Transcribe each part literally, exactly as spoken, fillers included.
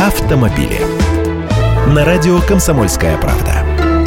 автомобили. На радио «Комсомольская правда».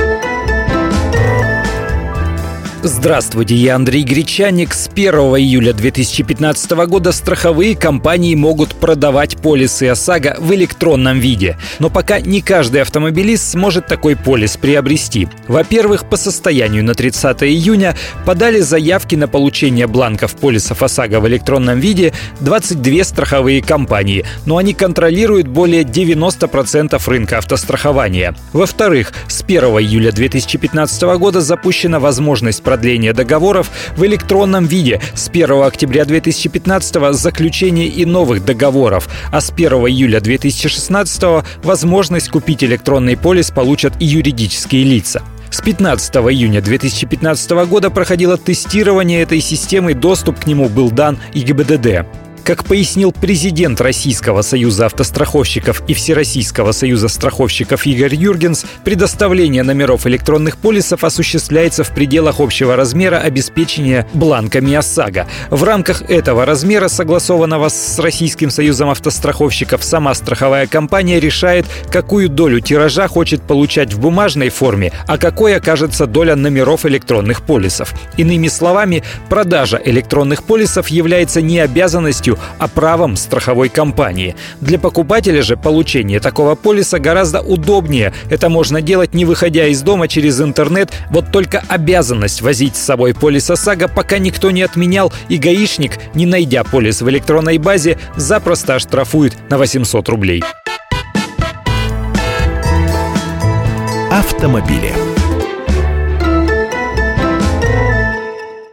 Здравствуйте, я Андрей Гречаник. С первого июля две тысячи пятнадцатого года страховые компании могут продавать полисы ОСАГО в электронном виде. Но пока не каждый автомобилист сможет такой полис приобрести. Во-первых, по состоянию на тридцатое июня подали заявки на получение бланков полисов ОСАГО в электронном виде двадцать две страховые компании, но они контролируют более девяноста процентов рынка автострахования. Во-вторых, с первого июля две тысячи пятнадцатого года запущена возможность продления договоров в электронном виде, с первого октября две тысячи пятнадцатого заключение и новых договоров, а с первого июля две тысячи шестнадцатого возможность купить электронный полис получат и юридические лица. С пятнадцатого июня две тысячи пятнадцатого года проходило тестирование этой системы, доступ к нему был дан и ГИБДД. Как пояснил президент Российского союза автостраховщиков и Всероссийского союза страховщиков Игорь Юргенс, предоставление номеров электронных полисов осуществляется в пределах общего размера обеспечения бланками ОСАГО. В рамках этого размера, согласованного с Российским союзом автостраховщиков, сама страховая компания решает, какую долю тиража хочет получать в бумажной форме, а какой окажется доля номеров электронных полисов. Иными словами, продажа электронных полисов является не обязанностью, а правом страховой компании. Для покупателя же получение такого полиса гораздо удобнее. Это можно делать, не выходя из дома, через интернет. Вот только обязанность возить с собой полис ОСАГО пока никто не отменял, и гаишник, не найдя полис в электронной базе, запросто оштрафует на восемьсот рублей. Автомобили.